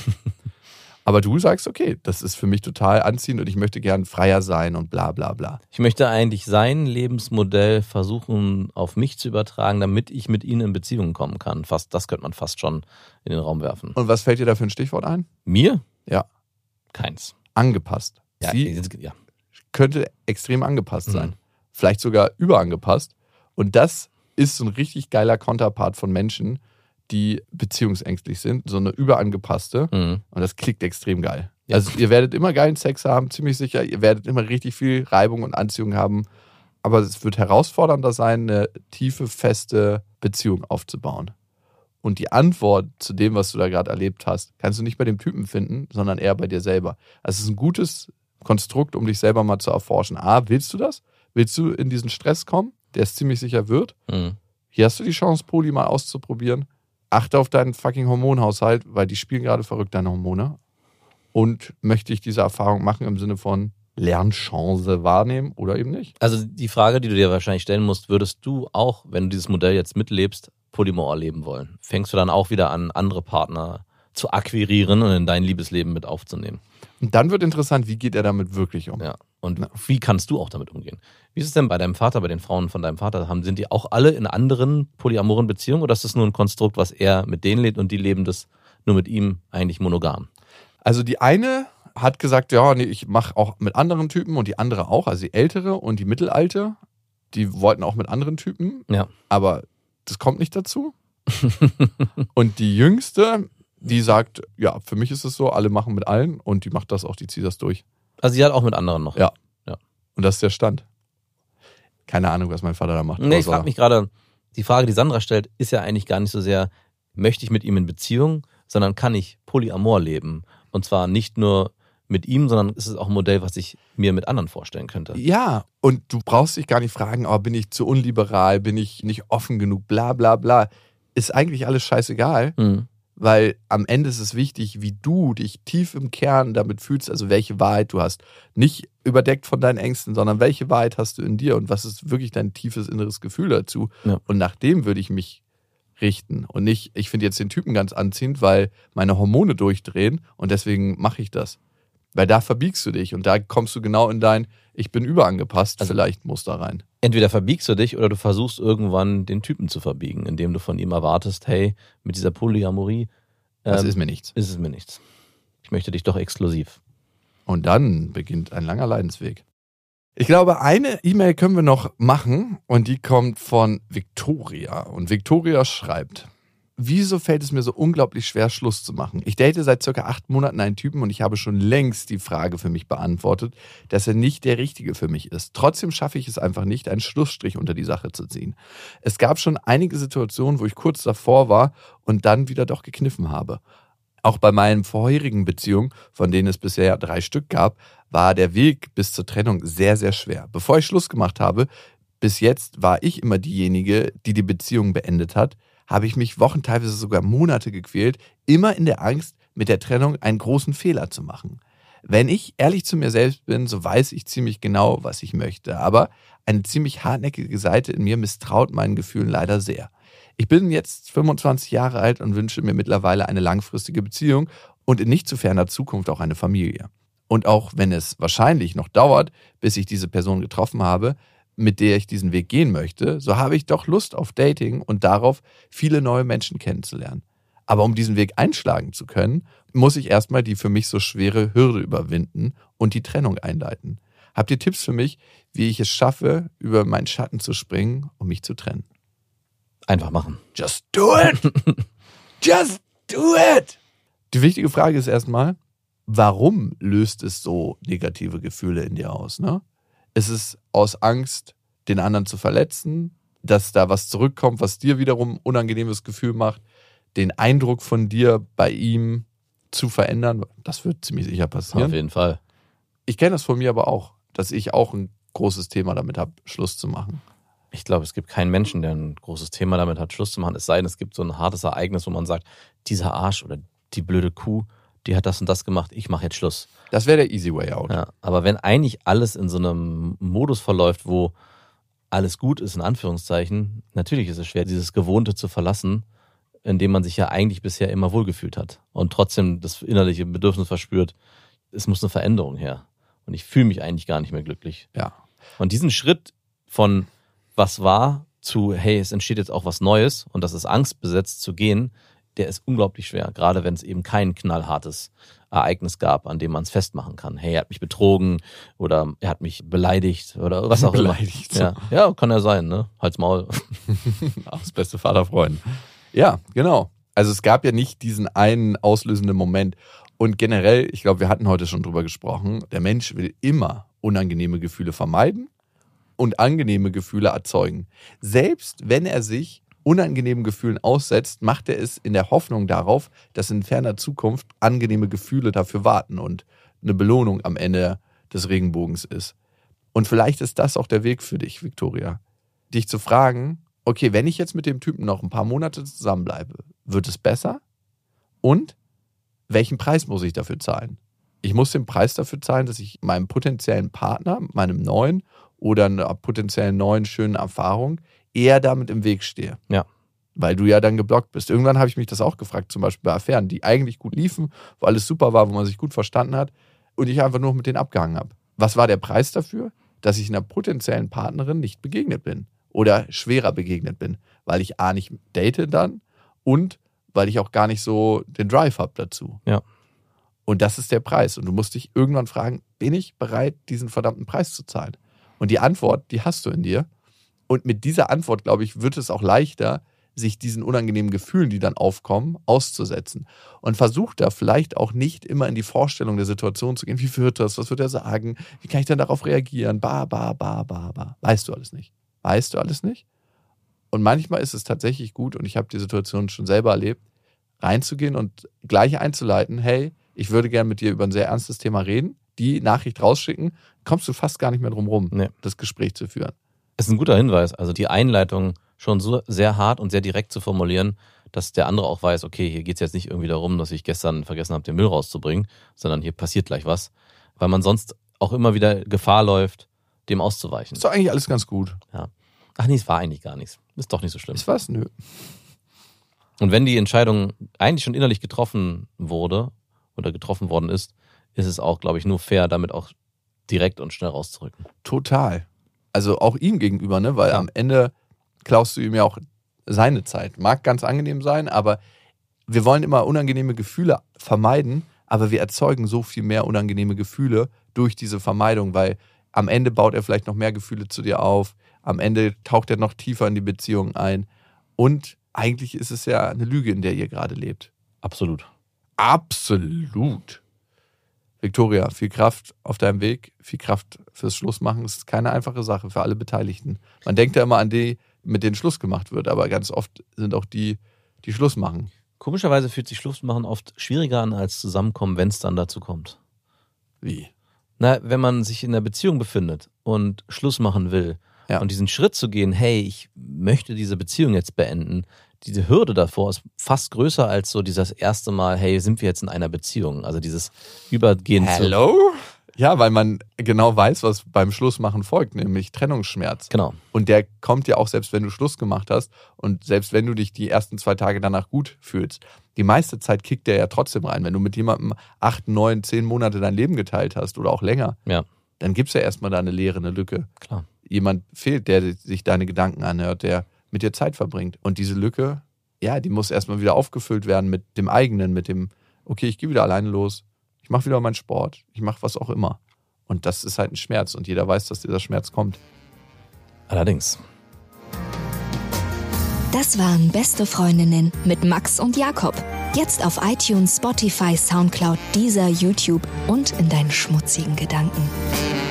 Aber du sagst, okay, das ist für mich total anziehend und ich möchte gern freier sein und bla bla bla. Ich möchte eigentlich sein Lebensmodell versuchen, auf mich zu übertragen, damit ich mit ihnen in Beziehungen kommen kann. Das könnte man fast schon in den Raum werfen. Und was fällt dir da für ein Stichwort ein? Mir? Ja. Keins. Angepasst. Ja, Sie ja. könnte extrem angepasst sein. Vielleicht sogar überangepasst. Und das ist so ein richtig geiler Konterpart von Menschen, die beziehungsängstlich sind. So eine überangepasste. Und das klickt extrem geil. Ja. Also ihr werdet immer geilen Sex haben, ziemlich sicher. Ihr werdet immer richtig viel Reibung und Anziehung haben. Aber es wird herausfordernder sein, eine tiefe, feste Beziehung aufzubauen. Und die Antwort zu dem, was du da gerade erlebt hast, kannst du nicht bei dem Typen finden, sondern eher bei dir selber. Also es ist ein gutes Konstrukt, um dich selber mal zu erforschen. Willst du das? Willst du in diesen Stress kommen, der es ziemlich sicher wird? Hier hast du die Chance, Poly mal auszuprobieren. Achte auf deinen fucking Hormonhaushalt, weil die spielen gerade verrückt, deine Hormone. Und möchte ich diese Erfahrung machen im Sinne von Lernchance wahrnehmen oder eben nicht? Also die Frage, die du dir wahrscheinlich stellen musst, würdest du auch, wenn du dieses Modell jetzt mitlebst, Polymor erleben wollen? Fängst du dann auch wieder an, andere Partner zu akquirieren und in dein Liebesleben mit aufzunehmen? Und dann wird interessant, wie geht er damit wirklich um? Ja. Und wie kannst du auch damit umgehen? Wie ist es denn bei deinem Vater, bei den Frauen von deinem Vater? Sind die auch alle in anderen polyamoren Beziehungen oder ist das nur ein Konstrukt, was er mit denen lebt und die leben das nur mit ihm eigentlich monogam? Also die eine hat gesagt, ja, nee, ich mache auch mit anderen Typen und die andere auch, also die ältere und die mittelalte, die wollten auch mit anderen Typen, Ja. aber das kommt nicht dazu. Und die jüngste, die sagt, ja, für mich ist es so, alle machen mit allen und die macht das auch, die zieht das durch. Also sie hat auch mit anderen noch? Ja. Und das ist der Stand. Keine Ahnung, was mein Vater da macht. Nee, ich frage mich gerade, die Frage, die Sandra stellt, ist ja eigentlich gar nicht so sehr, möchte ich mit ihm in Beziehung, sondern kann ich polyamor leben? Und zwar nicht nur mit ihm, sondern ist es auch ein Modell, was ich mir mit anderen vorstellen könnte. Ja, und du brauchst dich gar nicht fragen, bin ich zu unliberal, bin ich nicht offen genug, bla bla bla. Ist eigentlich alles scheißegal. Weil am Ende ist es wichtig, wie du dich tief im Kern damit fühlst, also welche Wahrheit du hast. Nicht überdeckt von deinen Ängsten, sondern welche Wahrheit hast du in dir und was ist wirklich dein tiefes inneres Gefühl dazu. Ja. Und nach dem würde ich mich richten. Und nicht, ich finde jetzt den Typen ganz anziehend, weil meine Hormone durchdrehen und deswegen mache ich das. Weil da verbiegst du dich und da kommst du genau in dein, ich bin überangepasst, Also vielleicht Muster rein. Entweder verbiegst du dich oder du versuchst irgendwann den Typen zu verbiegen, indem du von ihm erwartest, hey, mit dieser Polyamorie Das ist mir nichts. ist es mir nichts. Ich möchte dich doch exklusiv. Und dann beginnt ein langer Leidensweg. Ich glaube, eine E-Mail können wir noch machen und die kommt von Victoria. Und Victoria schreibt: Wieso fällt es mir so unglaublich schwer, Schluss zu machen? Ich date seit ca. 8 Monaten einen Typen und ich habe schon längst die Frage für mich beantwortet, dass er nicht der Richtige für mich ist. Trotzdem schaffe ich es einfach nicht, einen Schlussstrich unter die Sache zu ziehen. Es gab schon einige Situationen, wo ich kurz davor war und dann wieder doch gekniffen habe. Auch bei meinen vorherigen Beziehungen, von denen es bisher 3 Stück gab, war der Weg bis zur Trennung sehr, sehr schwer. Bevor ich Schluss gemacht habe, bis jetzt war ich immer diejenige, die die Beziehung beendet hat, habe ich mich Wochen, teilweise sogar Monate gequält, immer in der Angst, mit der Trennung einen großen Fehler zu machen. Wenn ich ehrlich zu mir selbst bin, so weiß ich ziemlich genau, was ich möchte. Aber eine ziemlich hartnäckige Seite in mir misstraut meinen Gefühlen leider sehr. Ich bin jetzt 25 Jahre alt und wünsche mir mittlerweile eine langfristige Beziehung und in nicht zu ferner Zukunft auch eine Familie. Und auch wenn es wahrscheinlich noch dauert, bis ich diese Person getroffen habe, mit der ich diesen Weg gehen möchte, so habe ich doch Lust auf Dating und darauf, viele neue Menschen kennenzulernen. Aber um diesen Weg einschlagen zu können, muss ich erstmal die für mich so schwere Hürde überwinden und die Trennung einleiten. Habt ihr Tipps für mich, wie ich es schaffe, über meinen Schatten zu springen, um mich zu trennen? Einfach machen. Just do it! Just do it! Die wichtige Frage ist erstmal, warum löst es so negative Gefühle in dir aus? Ne? Ist es aus Angst, den anderen zu verletzen, dass da was zurückkommt, was dir wiederum ein unangenehmes Gefühl macht, den Eindruck von dir bei ihm zu verändern? Das wird ziemlich sicher passieren. Auf jeden Fall. Ich kenne das von mir aber auch, dass ich auch ein großes Thema damit habe, Schluss zu machen. Ich glaube, es gibt keinen Menschen, der ein großes Thema damit hat, Schluss zu machen. Es sei denn, es gibt so ein hartes Ereignis, wo man sagt, dieser Arsch oder die blöde Kuh, die hat das und das gemacht, ich mache jetzt Schluss. Das wäre der easy way out. Ja, aber wenn eigentlich alles in so einem Modus verläuft, wo alles gut ist, in Anführungszeichen, natürlich ist es schwer, dieses Gewohnte zu verlassen, in dem man sich ja eigentlich bisher immer wohlgefühlt hat und trotzdem das innerliche Bedürfnis verspürt, es muss eine Veränderung her. Und ich fühle mich eigentlich gar nicht mehr glücklich. Ja. Und diesen Schritt von was war zu, hey, es entsteht jetzt auch was Neues und das ist angstbesetzt zu gehen, der ist unglaublich schwer, gerade wenn es eben kein knallhartes Ereignis gab, an dem man es festmachen kann. Hey, er hat mich betrogen oder er hat mich beleidigt oder was auch immer. Beleidigt. Ja, kann ja sein, ne? Halt's Maul. Das beste Vaterfreund. Ja, genau. Also es gab ja nicht diesen einen auslösenden Moment. Und generell, ich glaube, wir hatten heute schon drüber gesprochen, der Mensch will immer unangenehme Gefühle vermeiden und angenehme Gefühle erzeugen. Selbst wenn er sich unangenehmen Gefühlen aussetzt, macht er es in der Hoffnung darauf, dass in ferner Zukunft angenehme Gefühle dafür warten und eine Belohnung am Ende des Regenbogens ist. Und vielleicht ist das auch der Weg für dich, Victoria. Dich zu fragen, okay, wenn ich jetzt mit dem Typen noch ein paar Monate zusammenbleibe, wird es besser? Und welchen Preis muss ich dafür zahlen? Ich muss den Preis dafür zahlen, dass ich meinem potenziellen Partner, meinem neuen oder einer potenziellen neuen schönen Erfahrung eher damit im Weg stehe. Ja. Weil du ja dann geblockt bist. Irgendwann habe ich mich das auch gefragt, zum Beispiel bei Affären, die eigentlich gut liefen, wo alles super war, wo man sich gut verstanden hat und ich einfach nur mit denen abgehangen habe. Was war der Preis dafür? Dass ich einer potenziellen Partnerin nicht begegnet bin oder schwerer begegnet bin, weil ich A, nicht date dann und weil ich auch gar nicht so den Drive habe dazu. Ja. Und das ist der Preis. Und du musst dich irgendwann fragen, bin ich bereit, diesen verdammten Preis zu zahlen? Und die Antwort, die hast du in dir. Und mit dieser Antwort, glaube ich, wird es auch leichter, sich diesen unangenehmen Gefühlen, die dann aufkommen, auszusetzen. Und versuch da vielleicht auch nicht immer in die Vorstellung der Situation zu gehen. Wie wird das? Was wird er sagen? Wie kann ich dann darauf reagieren? Weißt du alles nicht. Weißt du alles nicht? Und manchmal ist es tatsächlich gut, und ich habe die Situation schon selber erlebt, reinzugehen und gleich einzuleiten, hey, ich würde gerne mit dir über ein sehr ernstes Thema reden, die Nachricht rausschicken, kommst du fast gar nicht mehr drum rum, das Gespräch zu führen. Das ist ein guter Hinweis, also die Einleitung schon so sehr hart und sehr direkt zu formulieren, dass der andere auch weiß, okay, hier geht es jetzt nicht irgendwie darum, dass ich gestern vergessen habe, den Müll rauszubringen, sondern hier passiert gleich was, weil man sonst auch immer wieder Gefahr läuft, dem auszuweichen. Ist doch eigentlich alles ganz gut. Ja. Ach nee, es war eigentlich gar nichts. Ist doch nicht so schlimm. Ist was? Nö. Und wenn die Entscheidung eigentlich schon innerlich getroffen wurde oder getroffen worden ist, ist es auch, glaube ich, nur fair, damit auch direkt und schnell rauszurücken. Total. Also auch ihm gegenüber, ne? Weil am Ende klaust du ihm ja auch seine Zeit. Mag ganz angenehm sein, aber wir wollen immer unangenehme Gefühle vermeiden, aber wir erzeugen so viel mehr unangenehme Gefühle durch diese Vermeidung, weil am Ende baut er vielleicht noch mehr Gefühle zu dir auf, am Ende taucht er noch tiefer in die Beziehung ein und eigentlich ist es ja eine Lüge, in der ihr gerade lebt. Absolut. Absolut. Victoria, viel Kraft auf deinem Weg, viel Kraft fürs Schlussmachen. Es ist keine einfache Sache für alle Beteiligten. Man denkt ja immer an die, mit denen Schluss gemacht wird, aber ganz oft sind auch die Schluss machen. Komischerweise fühlt sich Schlussmachen oft schwieriger an als Zusammenkommen, wenn es dann dazu kommt. Wie? Na, wenn man sich in einer Beziehung befindet und Schluss machen will Ja. Und diesen Schritt zu gehen, hey, ich möchte diese Beziehung jetzt beenden, diese Hürde davor ist fast größer als so dieses erste Mal, hey, sind wir jetzt in einer Beziehung? Also dieses Übergehen Hello? Ja, weil man genau weiß, was beim Schlussmachen folgt, nämlich Trennungsschmerz. Genau. Und der kommt ja auch, selbst wenn du Schluss gemacht hast und selbst wenn du dich die ersten 2 Tage danach gut fühlst. Die meiste Zeit kickt der ja trotzdem rein. Wenn du mit jemandem 8, 9, 10 Monate dein Leben geteilt hast oder auch länger, dann gibt es ja erstmal da eine Leere, eine Lücke. Klar. Jemand fehlt, der sich deine Gedanken anhört, der mit dir Zeit verbringt. Und diese Lücke, ja, die muss erstmal wieder aufgefüllt werden mit dem eigenen, mit dem, okay, ich gehe wieder alleine los. Ich mache wieder meinen Sport, ich mache was auch immer. Und das ist halt ein Schmerz und jeder weiß, dass dieser Schmerz kommt. Allerdings. Das waren Beste Freundinnen mit Max und Jakob. Jetzt auf iTunes, Spotify, Soundcloud, Deezer, YouTube und in deinen schmutzigen Gedanken.